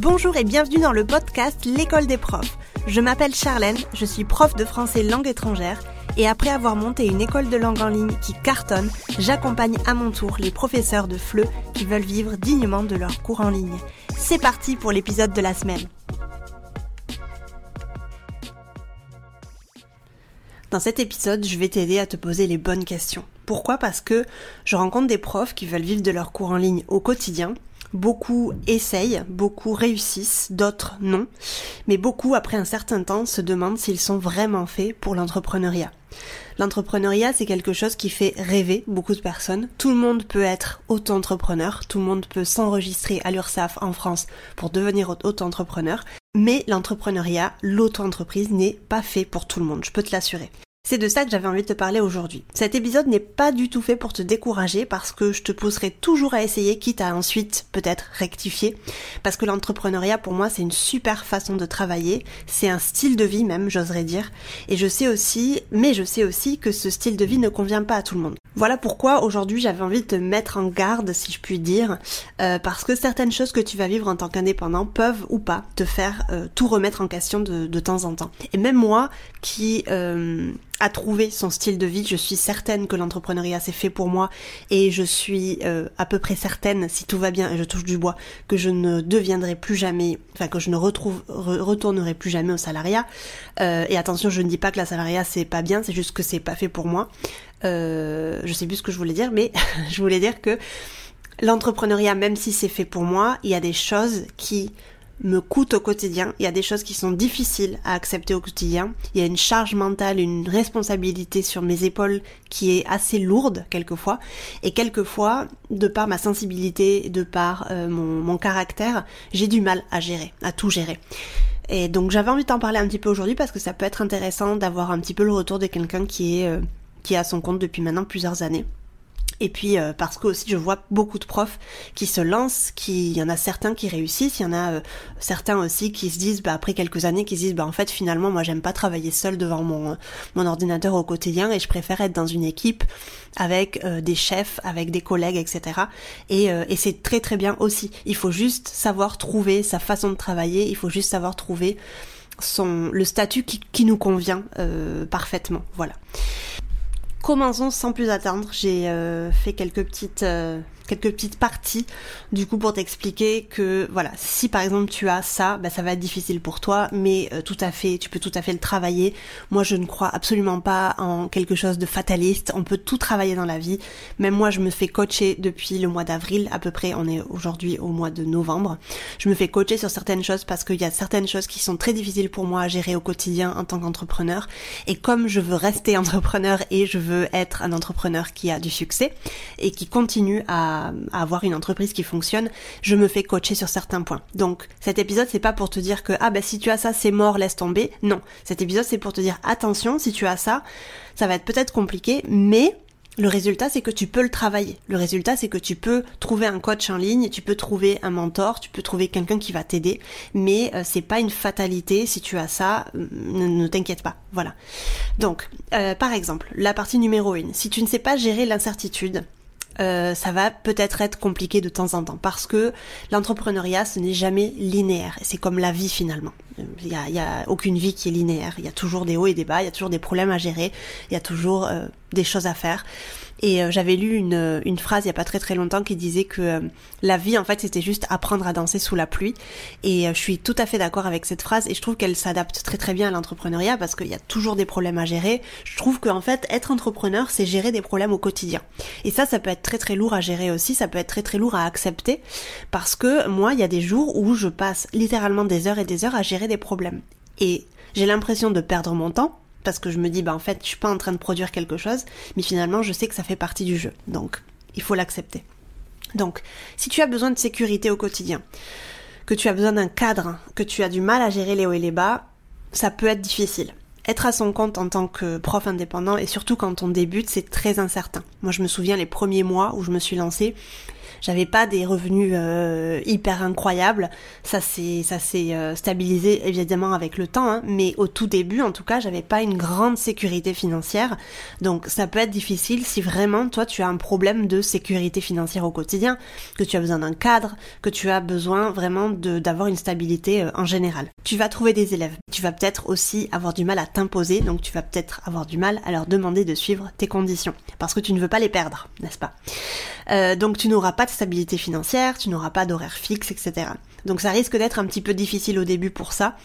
Bonjour et bienvenue dans le podcast L'école des profs. Je m'appelle Charlène, je suis prof de français langue étrangère et après avoir monté une école de langue en ligne qui cartonne, j'accompagne à mon tour les professeurs de FLE qui veulent vivre dignement de leurs cours en ligne. C'est parti pour l'épisode de la semaine. Dans cet épisode, je vais t'aider à te poser les bonnes questions. Pourquoi ? Parce que je rencontre des profs qui veulent vivre de leurs cours en ligne au quotidien. Beaucoup essayent, beaucoup réussissent, d'autres non. Mais beaucoup, après un certain temps, se demandent s'ils sont vraiment faits pour l'entrepreneuriat. L'entrepreneuriat, c'est quelque chose qui fait rêver beaucoup de personnes. Tout le monde peut être auto-entrepreneur, tout le monde peut s'enregistrer à l'URSSAF en France pour devenir auto-entrepreneur. Mais l'entrepreneuriat, l'auto-entreprise n'est pas fait pour tout le monde, je peux te l'assurer. C'est de ça que j'avais envie de te parler aujourd'hui. Cet épisode n'est pas du tout fait pour te décourager parce que je te pousserai toujours à essayer, quitte à ensuite peut-être rectifier. Parce que l'entrepreneuriat pour moi c'est une super façon de travailler, c'est un style de vie même, j'oserais dire. Et je sais aussi que ce style de vie ne convient pas à tout le monde. Voilà pourquoi aujourd'hui j'avais envie de te mettre en garde, si je puis dire, parce que certaines choses que tu vas vivre en tant qu'indépendant peuvent ou pas te faire tout remettre en question de temps en temps. Et même moi qui a trouvé son style de vie, je suis certaine que l'entrepreneuriat c'est fait pour moi et je suis à peu près certaine, si tout va bien et je touche du bois, que je ne deviendrai plus jamais, que je ne retournerai plus jamais au salariat. Et attention, je ne dis pas que la salariat c'est pas bien, c'est juste que c'est pas fait pour moi. Je sais plus ce que je voulais dire, mais je voulais dire que l'entrepreneuriat, même si c'est fait pour moi, il y a des choses qui me coûtent au quotidien, il y a des choses qui sont difficiles à accepter au quotidien, il y a une charge mentale, une responsabilité sur mes épaules qui est assez lourde quelquefois, et quelquefois, de par ma sensibilité, de par mon caractère, j'ai du mal à tout gérer. Et donc j'avais envie de t'en parler un petit peu aujourd'hui parce que ça peut être intéressant d'avoir un petit peu le retour de quelqu'un qui est à son compte depuis maintenant plusieurs années. Et puis parce que aussi je vois beaucoup de profs qui se lancent, il y en a certains qui réussissent, il y en a certains aussi qui se disent après quelques années qui se disent en fait finalement moi j'aime pas travailler seul devant mon ordinateur au quotidien et je préfère être dans une équipe avec des chefs, avec des collègues, etc. Et c'est très très bien aussi. Il faut juste savoir trouver sa façon de travailler, il faut juste savoir trouver le statut qui nous convient parfaitement. Voilà. Commençons sans plus attendre, j'ai fait quelques petites parties du coup pour t'expliquer que voilà, si par exemple tu as ça, ça va être difficile pour toi, mais tu peux tout à fait le travailler. Moi je ne crois absolument pas en quelque chose de fataliste, on peut tout travailler dans la vie. Même moi je me fais coacher depuis le mois d'avril à peu près, on est aujourd'hui au mois de novembre. Je me fais coacher sur certaines choses parce qu'il y a certaines choses qui sont très difficiles pour moi à gérer au quotidien en tant qu'entrepreneur. Et comme je veux rester entrepreneur et je veux être un entrepreneur qui a du succès et qui continue à avoir une entreprise qui fonctionne, je me fais coacher sur certains points. Donc cet épisode c'est pas pour te dire que si tu as ça c'est mort, laisse tomber. Non, cet épisode c'est pour te dire attention, si tu as ça, ça va être peut-être compliqué, mais le résultat c'est que tu peux le travailler. Le résultat c'est que tu peux trouver un coach en ligne, tu peux trouver un mentor, tu peux trouver quelqu'un qui va t'aider, mais c'est pas une fatalité. Si tu as ça, ne t'inquiète pas. Voilà. Donc par exemple, la partie numéro 1, si tu ne sais pas gérer l'incertitude, ça va peut-être être compliqué de temps en temps parce que l'entrepreneuriat ce n'est jamais linéaire et c'est comme la vie finalement. Il y a aucune vie qui est linéaire, il y a toujours des hauts et des bas, il y a toujours des problèmes à gérer, il y a toujours des choses à faire. Et j'avais lu une phrase il y a pas très très longtemps qui disait que la vie en fait c'était juste apprendre à danser sous la pluie, et je suis tout à fait d'accord avec cette phrase et je trouve qu'elle s'adapte très très bien à l'entrepreneuriat parce qu'il y a toujours des problèmes à gérer. Je trouve qu'en fait être entrepreneur c'est gérer des problèmes au quotidien, et ça peut être très très lourd à gérer aussi, ça peut être très très lourd à accepter parce que moi il y a des jours où je passe littéralement des heures et des heures à gérer des problèmes et j'ai l'impression de perdre mon temps parce que je me dis en fait je suis pas en train de produire quelque chose, mais finalement je sais que ça fait partie du jeu, donc il faut l'accepter. Donc si tu as besoin de sécurité au quotidien, que tu as besoin d'un cadre, que tu as du mal à gérer les hauts et les bas, ça peut être difficile. être à son compte en tant que prof indépendant et surtout quand on débute, c'est très incertain. Moi, je me souviens les premiers mois où je me suis lancée, j'avais pas des revenus hyper incroyables. Ça s'est stabilisé évidemment avec le temps, hein, mais au tout début, en tout cas, j'avais pas une grande sécurité financière. Donc ça peut être difficile si vraiment toi tu as un problème de sécurité financière au quotidien, que tu as besoin d'un cadre, que tu as besoin vraiment d'avoir une stabilité en général. Tu vas trouver des élèves. Tu vas peut-être aussi avoir du mal à t'imposer, donc tu vas peut-être avoir du mal à leur demander de suivre tes conditions, parce que tu ne veux pas les perdre, n'est-ce pas ? Donc tu n'auras pas de stabilité financière, tu n'auras pas d'horaire fixe, etc. Donc ça risque d'être un petit peu difficile au début pour ça.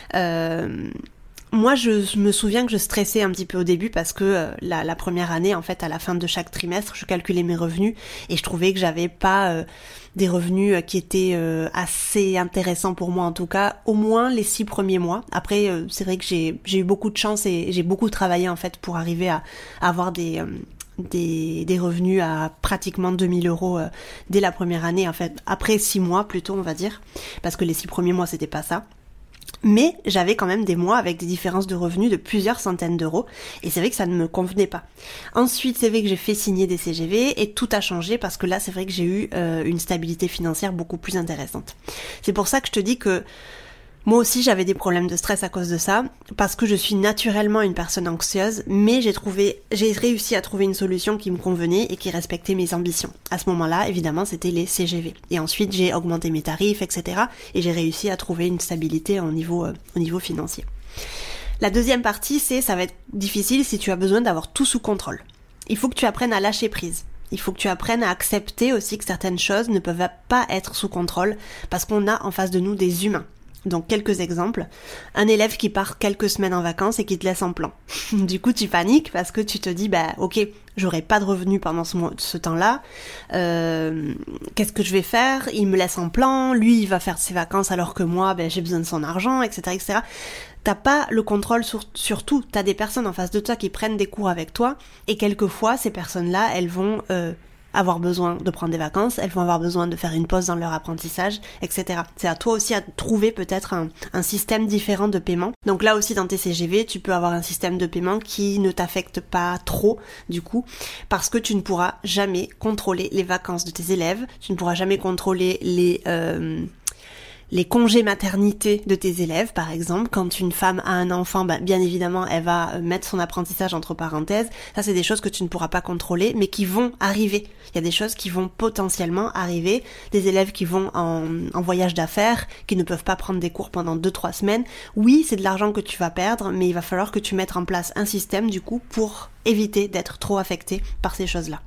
Moi, je me souviens que je stressais un petit peu au début parce que la première année, en fait, à la fin de chaque trimestre, je calculais mes revenus et je trouvais que j'avais pas des revenus qui étaient assez intéressants pour moi, en tout cas, au moins les 6 premiers mois. Après, c'est vrai que j'ai eu beaucoup de chance et j'ai beaucoup travaillé, en fait, pour arriver à avoir des revenus à pratiquement 2000 € dès la première année, en fait, après 6 mois plutôt, on va dire, parce que les 6 premiers mois, c'était pas ça. Mais j'avais quand même des mois avec des différences de revenus de plusieurs centaines d'euros et c'est vrai que ça ne me convenait pas. Ensuite, c'est vrai que j'ai fait signer des CGV et tout a changé parce que là, c'est vrai que j'ai eu une stabilité financière beaucoup plus intéressante. C'est pour ça que je te dis que moi aussi, j'avais des problèmes de stress à cause de ça, parce que je suis naturellement une personne anxieuse, mais j'ai réussi à trouver une solution qui me convenait et qui respectait mes ambitions. À ce moment-là, évidemment, c'était les CGV. Et ensuite, j'ai augmenté mes tarifs, etc. Et j'ai réussi à trouver une stabilité au niveau financier. La deuxième partie, ça va être difficile si tu as besoin d'avoir tout sous contrôle. Il faut que tu apprennes à lâcher prise. Il faut que tu apprennes à accepter aussi que certaines choses ne peuvent pas être sous contrôle, parce qu'on a en face de nous des humains. Donc quelques exemples, un élève qui part quelques semaines en vacances et qui te laisse en plan. Du coup tu paniques parce que tu te dis ok, j'aurai pas de revenus pendant ce temps-là, qu'est-ce que je vais faire ? Il me laisse en plan, lui il va faire ses vacances alors que moi j'ai besoin de son argent, etc. etc. T'as pas le contrôle sur tout, t'as des personnes en face de toi qui prennent des cours avec toi et quelquefois ces personnes-là elles vont avoir besoin de prendre des vacances, elles vont avoir besoin de faire une pause dans leur apprentissage, etc. C'est à toi aussi à trouver peut-être un système différent de paiement. Donc là aussi dans tes CGV, tu peux avoir un système de paiement qui ne t'affecte pas trop du coup, parce que tu ne pourras jamais contrôler les vacances de tes élèves, tu ne pourras jamais contrôler les congés maternité de tes élèves, par exemple. Quand une femme a un enfant, bien évidemment, elle va mettre son apprentissage entre parenthèses. Ça, c'est des choses que tu ne pourras pas contrôler, mais qui vont arriver. Il y a des choses qui vont potentiellement arriver. Des élèves qui vont en voyage d'affaires, qui ne peuvent pas prendre des cours pendant 2-3 semaines. Oui, c'est de l'argent que tu vas perdre, mais il va falloir que tu mettes en place un système, du coup, pour éviter d'être trop affecté par ces choses-là.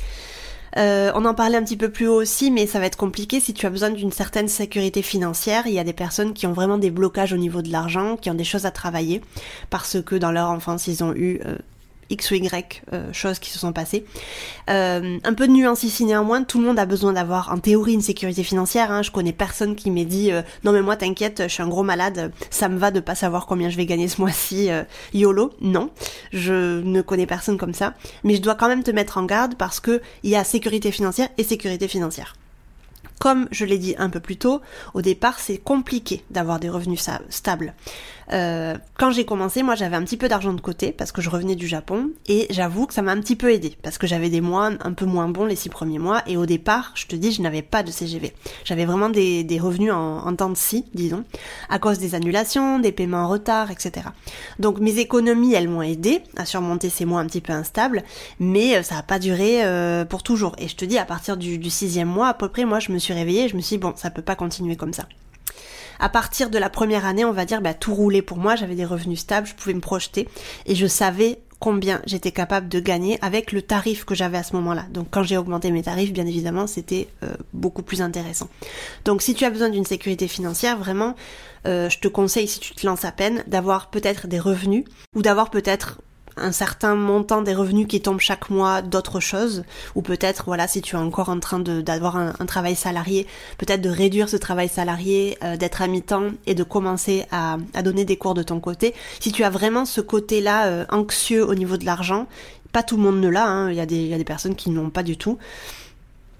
On en parlait un petit peu plus haut aussi, mais ça va être compliqué si tu as besoin d'une certaine sécurité financière. Il y a des personnes qui ont vraiment des blocages au niveau de l'argent, qui ont des choses à travailler, parce que dans leur enfance, ils ont eu X ou Y choses qui se sont passées. Un peu de nuance ici néanmoins, tout le monde a besoin d'avoir en théorie une sécurité financière. Je connais personne qui m'ait dit non mais moi t'inquiète, je suis un gros malade, ça me va de pas savoir combien je vais gagner ce mois-ci, YOLO. Non, je ne connais personne comme ça, mais je dois quand même te mettre en garde parce que il y a sécurité financière et sécurité financière. Comme je l'ai dit un peu plus tôt, au départ c'est compliqué d'avoir des revenus stables. Quand j'ai commencé, moi j'avais un petit peu d'argent de côté parce que je revenais du Japon et j'avoue que ça m'a un petit peu aidé parce que j'avais des mois un peu moins bons les 6 premiers mois et au départ, je te dis, je n'avais pas de CGV. J'avais vraiment des revenus en temps de scie, disons, à cause des annulations, des paiements en retard, etc. Donc mes économies, elles m'ont aidé à surmonter ces mois un petit peu instables, mais ça n'a pas duré pour toujours. Et je te dis, à partir du 6e mois à peu près, moi je me suis réveillée et je me suis dit, bon, ça peut pas continuer comme ça. À partir de la première année, on va dire, tout roulait pour moi, j'avais des revenus stables, je pouvais me projeter et je savais combien j'étais capable de gagner avec le tarif que j'avais à ce moment-là. Donc quand j'ai augmenté mes tarifs, bien évidemment, c'était beaucoup plus intéressant. Donc si tu as besoin d'une sécurité financière, vraiment, je te conseille, si tu te lances à peine, d'avoir peut-être des revenus ou d'avoir peut-être un certain montant des revenus qui tombent chaque mois d'autres choses, ou peut-être, voilà, si tu es encore en train d'avoir un travail salarié, peut-être de réduire ce travail salarié, d'être à mi-temps et de commencer à donner des cours de ton côté. Si tu as vraiment ce côté-là anxieux au niveau de l'argent, pas tout le monde ne l'a, il y a des personnes qui n'ont pas du tout.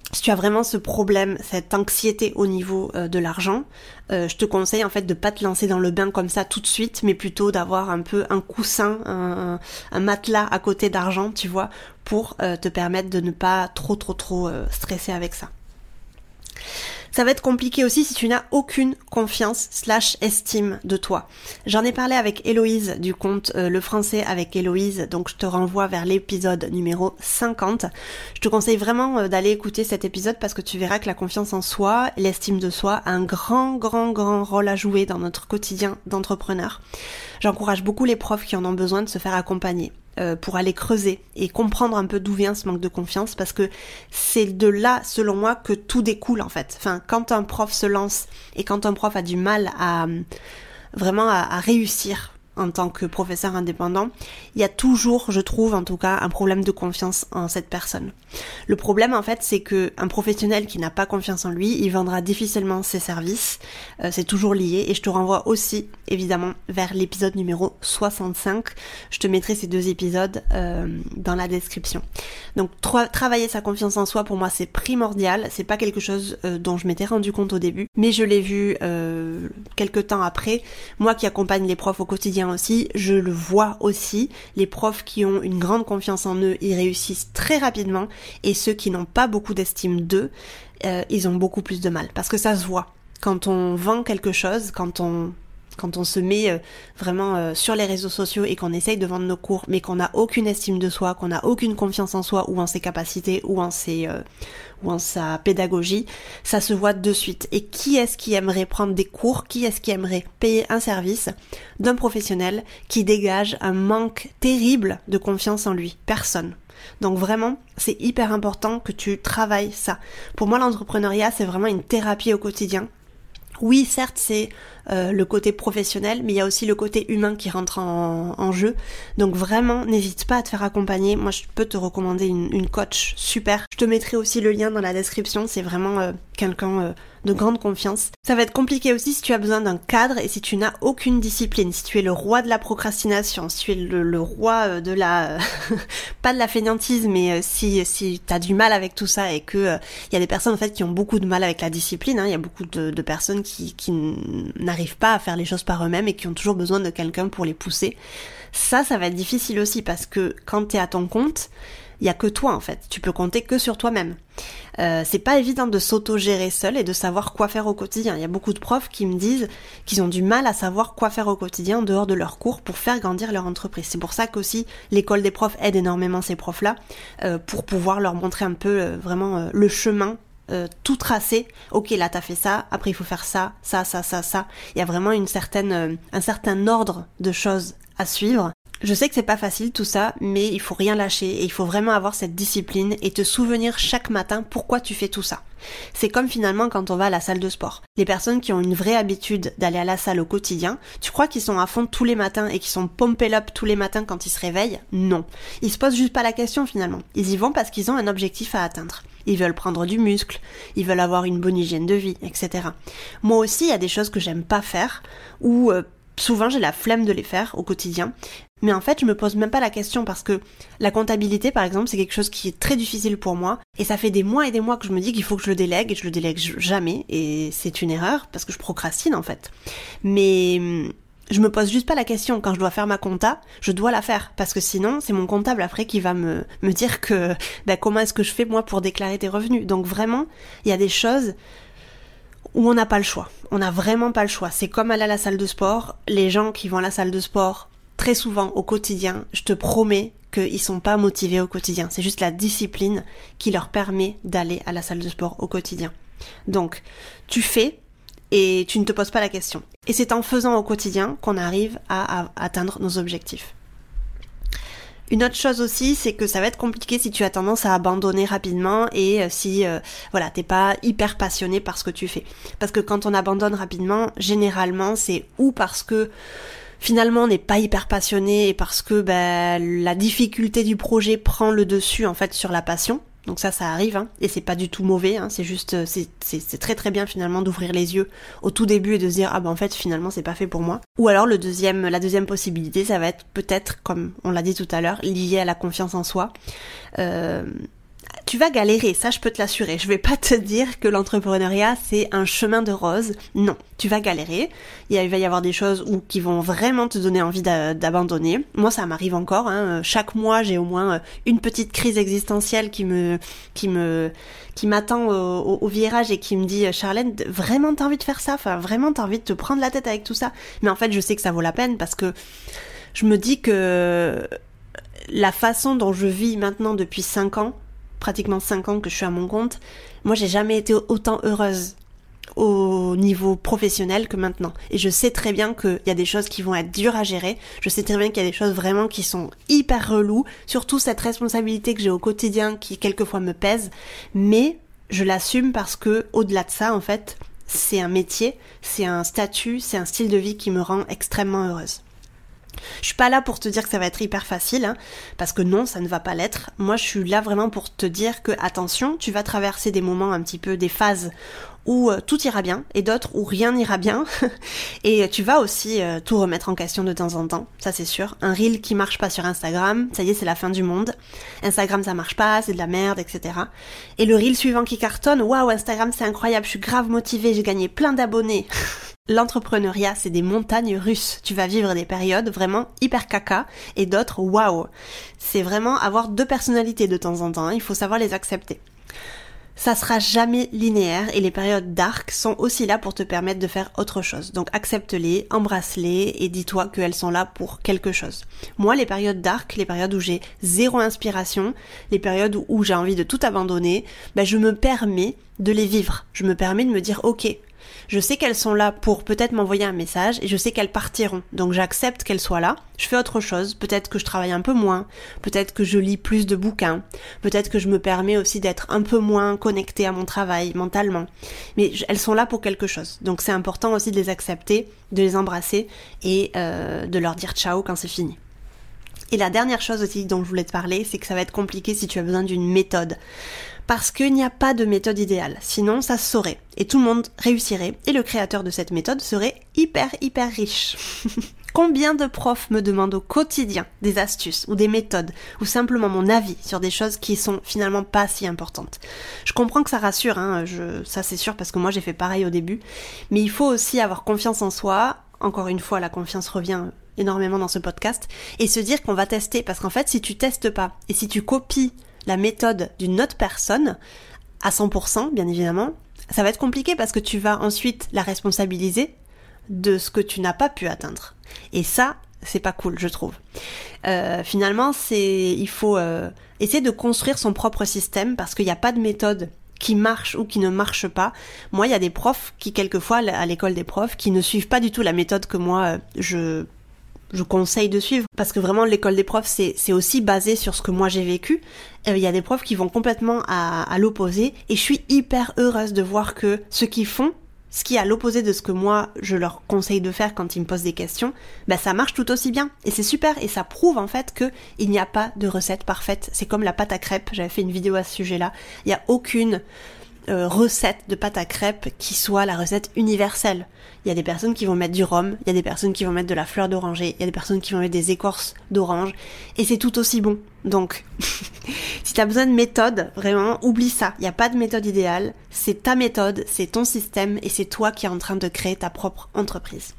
Si tu as vraiment ce problème, cette anxiété au niveau de l'argent, je te conseille en fait de pas te lancer dans le bain comme ça tout de suite, mais plutôt d'avoir un peu un coussin, un matelas à côté d'argent, tu vois, pour te permettre de ne pas trop stresser avec ça. Ça va être compliqué aussi si tu n'as aucune confiance / estime de toi. J'en ai parlé avec Héloïse du compte Le Français avec Héloïse, donc je te renvoie vers l'épisode numéro 50. Je te conseille vraiment d'aller écouter cet épisode parce que tu verras que la confiance en soi, l'estime de soi a un grand rôle à jouer dans notre quotidien d'entrepreneur. J'encourage beaucoup les profs qui en ont besoin de se faire accompagner pour aller creuser et comprendre un peu d'où vient ce manque de confiance, parce que c'est de là, selon moi, que tout découle en fait. Enfin, quand un prof se lance et quand un prof a du mal à vraiment à réussir en tant que professeur indépendant, il y a toujours, je trouve en tout cas, un problème de confiance en cette personne. Le problème en fait, c'est que un professionnel qui n'a pas confiance en lui, il vendra difficilement ses services, c'est toujours lié, et je te renvoie aussi évidemment vers l'épisode numéro 65, je te mettrai ces 2 épisodes dans la description. Donc travailler sa confiance en soi, pour moi c'est primordial, c'est pas quelque chose dont je m'étais rendu compte au début, mais je l'ai vu quelques temps après. Moi qui accompagne les profs au quotidien aussi, je le vois aussi, les profs qui ont une grande confiance en eux, ils réussissent très rapidement, et ceux qui n'ont pas beaucoup d'estime d'eux, ils ont beaucoup plus de mal, parce que ça se voit. Quand on vend quelque chose, quand on se met vraiment sur les réseaux sociaux et qu'on essaye de vendre nos cours, mais qu'on n'a aucune estime de soi, qu'on n'a aucune confiance en soi ou en ses capacités ou en sa pédagogie, ça se voit de suite. Et qui est-ce qui aimerait prendre des cours? Qui est-ce qui aimerait payer un service d'un professionnel qui dégage un manque terrible de confiance en lui? Personne. Donc vraiment, c'est hyper important que tu travailles ça. Pour moi, l'entrepreneuriat, c'est vraiment une thérapie au quotidien. Oui, certes, c'est le côté professionnel, mais il y a aussi le côté humain qui rentre en jeu. Donc vraiment, n'hésite pas à te faire accompagner. Moi, je peux te recommander une coach super. Je te mettrai aussi le lien dans la description. C'est vraiment quelqu'un de grande confiance. Ça va être compliqué aussi si tu as besoin d'un cadre et si tu n'as aucune discipline. Si tu es le roi de la procrastination, si tu es le roi de la... pas de la fainéantise, mais si tu as du mal avec tout ça et que il y a des personnes en fait qui ont beaucoup de mal avec la discipline. Il y a beaucoup de personnes qui n'arrivent pas à faire les choses par eux-mêmes et qui ont toujours besoin de quelqu'un pour les pousser. Ça va être difficile aussi parce que quand t'es à ton compte, il y a que toi en fait. Tu peux compter que sur toi-même. C'est pas évident de s'auto-gérer seul et de savoir quoi faire au quotidien. Il y a beaucoup de profs qui me disent qu'ils ont du mal à savoir quoi faire au quotidien en dehors de leurs cours pour faire grandir leur entreprise. C'est pour ça qu'aussi l'école des profs aide énormément ces profs-là pour pouvoir leur montrer un peu vraiment le chemin tout tracé. Ok, là t'as fait ça, après il faut faire ça. Il y a vraiment un certain ordre de choses à suivre. Je sais que c'est pas facile tout ça, mais il faut rien lâcher et il faut vraiment avoir cette discipline et te souvenir chaque matin pourquoi tu fais tout ça. C'est comme finalement quand on va à la salle de sport. Les personnes qui ont une vraie habitude d'aller à la salle au quotidien, tu crois qu'ils sont à fond tous les matins et qu'ils sont pumped up tous les matins quand ils se réveillent? Non. Ils se posent juste pas la question finalement. Ils y vont parce qu'ils ont un objectif à atteindre. Ils veulent prendre du muscle, ils veulent avoir une bonne hygiène de vie, etc. Moi aussi, il y a des choses que j'aime pas faire ou souvent j'ai la flemme de les faire au quotidien. Mais en fait, je me pose même pas la question parce que la comptabilité, par exemple, c'est quelque chose qui est très difficile pour moi. Et ça fait des mois et des mois que je me dis qu'il faut que je le délègue et je le délègue jamais. Et c'est une erreur parce que je procrastine en fait. Mais je me pose juste pas la question. Quand je dois faire ma compta, je dois la faire. Parce que sinon, c'est mon comptable après qui va me dire que comment est-ce que je fais moi pour déclarer tes revenus. Donc vraiment, il y a des choses où on n'a pas le choix. On n'a vraiment pas le choix. C'est comme aller à la salle de sport. Les gens qui vont à la salle de sport très souvent au quotidien, je te promets qu'ils sont pas motivés au quotidien. C'est juste la discipline qui leur permet d'aller à la salle de sport au quotidien. Donc, tu fais et tu ne te poses pas la question. Et c'est en faisant au quotidien qu'on arrive à atteindre nos objectifs. Une autre chose aussi, c'est que ça va être compliqué si tu as tendance à abandonner rapidement et si t'es pas hyper passionné par ce que tu fais. Parce que quand on abandonne rapidement, généralement, c'est ou parce que finalement on n'est pas hyper passionné et parce que la difficulté du projet prend le dessus en fait sur la passion. Donc ça arrive, et c'est pas du tout mauvais, c'est juste, c'est très très bien finalement d'ouvrir les yeux au tout début et de se dire en fait finalement c'est pas fait pour moi. Ou alors la deuxième possibilité, ça va être peut-être, comme on l'a dit tout à l'heure, lié à la confiance en soi. Tu vas galérer, ça je peux te l'assurer. Je vais pas te dire que l'entrepreneuriat c'est un chemin de rose. Non, tu vas galérer. Il va y avoir des choses qui vont vraiment te donner envie d'abandonner. Moi ça m'arrive encore. Chaque mois j'ai au moins une petite crise existentielle qui m'attend au virage et qui me dit Charlène, vraiment t'as envie de faire ça ? Enfin vraiment t'as envie de te prendre la tête avec tout ça ? Mais en fait je sais que ça vaut la peine parce que je me dis que la façon dont je vis maintenant depuis 5 ans, pratiquement 5 ans que je suis à mon compte, moi j'ai jamais été autant heureuse au niveau professionnel que maintenant. Et je sais très bien qu'il y a des choses qui vont être dures à gérer, je sais très bien qu'il y a des choses vraiment qui sont hyper reloues, surtout cette responsabilité que j'ai au quotidien qui quelquefois me pèse, mais je l'assume parce que au-delà de ça en fait, c'est un métier, c'est un statut, c'est un style de vie qui me rend extrêmement heureuse. Je suis pas là pour te dire que ça va être hyper facile, parce que non, ça ne va pas l'être. Moi, je suis là vraiment pour te dire que, attention, tu vas traverser des moments un petit peu, des phases où tout ira bien, et d'autres où rien n'ira bien, et tu vas aussi tout remettre en question de temps en temps, ça c'est sûr. Un reel qui marche pas sur Instagram, ça y est, c'est la fin du monde. Instagram, ça marche pas, c'est de la merde, etc. Et le reel suivant qui cartonne, waouh, Instagram, c'est incroyable, je suis grave motivée, j'ai gagné plein d'abonnés. L'entrepreneuriat, c'est des montagnes russes. Tu vas vivre des périodes vraiment hyper caca et d'autres waouh. C'est vraiment avoir 2 personnalités de temps en temps, il faut savoir les accepter. Ça sera jamais linéaire et les périodes dark sont aussi là pour te permettre de faire autre chose. Donc accepte-les, embrasse-les et dis-toi qu'elles sont là pour quelque chose. Moi, les périodes dark, les périodes où j'ai 0 inspiration, les périodes où j'ai envie de tout abandonner, je me permets de les vivre. Je me permets de me dire ok, je sais qu'elles sont là pour peut-être m'envoyer un message et je sais qu'elles partiront. Donc j'accepte qu'elles soient là, je fais autre chose, peut-être que je travaille un peu moins, peut-être que je lis plus de bouquins, peut-être que je me permets aussi d'être un peu moins connectée à mon travail mentalement. Mais elles sont là pour quelque chose. Donc c'est important aussi de les accepter, de les embrasser et de leur dire ciao quand c'est fini. Et la dernière chose aussi dont je voulais te parler, c'est que ça va être compliqué si tu as besoin d'une méthode. Parce qu'il n'y a pas de méthode idéale, sinon ça se saurait, et tout le monde réussirait, et le créateur de cette méthode serait hyper riche. Combien de profs me demandent au quotidien des astuces, ou des méthodes, ou simplement mon avis sur des choses qui sont finalement pas si importantes. Je comprends que ça rassure, ça c'est sûr, parce que moi j'ai fait pareil au début, mais il faut aussi avoir confiance en soi, encore une fois la confiance revient énormément dans ce podcast, et se dire qu'on va tester, parce qu'en fait si tu testes pas, et si tu copies la méthode d'une autre personne, à 100%, bien évidemment, ça va être compliqué parce que tu vas ensuite la responsabiliser de ce que tu n'as pas pu atteindre. Et ça, c'est pas cool, je trouve. Finalement, il faut essayer de construire son propre système parce qu'il n'y a pas de méthode qui marche ou qui ne marche pas. Moi, il y a des profs qui, quelquefois, à l'école des profs, qui ne suivent pas du tout la méthode que moi, je conseille de suivre, parce que vraiment l'école des profs c'est aussi basé sur ce que moi j'ai vécu. Il y a des profs qui vont complètement à l'opposé et je suis hyper heureuse de voir que ceux qui font ce qui est à l'opposé de ce que moi je leur conseille de faire quand ils me posent des questions, ça marche tout aussi bien et c'est super et ça prouve en fait que il n'y a pas de recette parfaite. C'est comme la pâte à crêpes, j'avais fait une vidéo à ce sujet-là, il n'y a aucune recette de pâte à crêpes qui soit la recette universelle. Il y a des personnes qui vont mettre du rhum, il y a des personnes qui vont mettre de la fleur d'oranger, il y a des personnes qui vont mettre des écorces d'orange, et c'est tout aussi bon. Donc, si t'as besoin de méthode, vraiment, oublie ça. Il n'y a pas de méthode idéale, c'est ta méthode, c'est ton système, et c'est toi qui es en train de créer ta propre entreprise.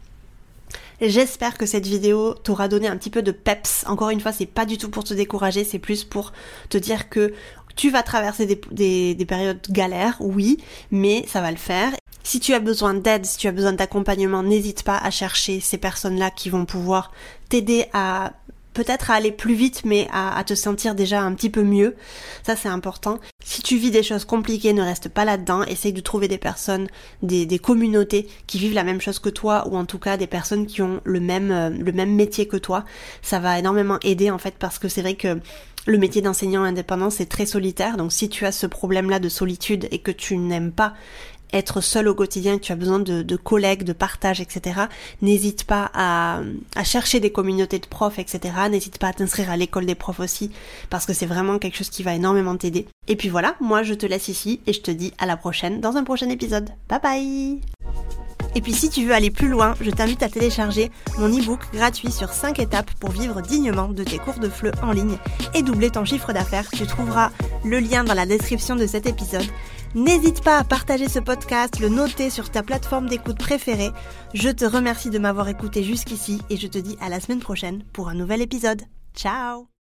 J'espère que cette vidéo t'aura donné un petit peu de peps. Encore une fois, c'est pas du tout pour te décourager, c'est plus pour te dire que tu vas traverser des périodes galères, oui, mais ça va le faire. Si tu as besoin d'aide, si tu as besoin d'accompagnement, n'hésite pas à chercher ces personnes-là qui vont pouvoir t'aider à peut-être à aller plus vite, mais à te sentir déjà un petit peu mieux. Ça, c'est important. Si tu vis des choses compliquées, ne reste pas là-dedans. Essaye de trouver des personnes, des communautés qui vivent la même chose que toi, ou en tout cas des personnes qui ont le même métier que toi. Ça va énormément aider, en fait, parce que c'est vrai que le métier d'enseignant indépendant, c'est très solitaire. Donc, si tu as ce problème-là de solitude et que tu n'aimes pas être seul au quotidien, que tu as besoin de collègues, de partage, etc., n'hésite pas à chercher des communautés de profs, etc., n'hésite pas à t'inscrire à l'école des profs aussi, parce que c'est vraiment quelque chose qui va énormément t'aider. Et puis voilà, moi je te laisse ici, et je te dis à la prochaine dans un prochain épisode. Bye bye! Et puis si tu veux aller plus loin, je t'invite à télécharger mon e-book gratuit sur 5 étapes pour vivre dignement de tes cours de FLE en ligne et doubler ton chiffre d'affaires. Tu trouveras le lien dans la description de cet épisode. N'hésite pas à partager ce podcast, le noter sur ta plateforme d'écoute préférée. Je te remercie de m'avoir écouté jusqu'ici et je te dis à la semaine prochaine pour un nouvel épisode. Ciao!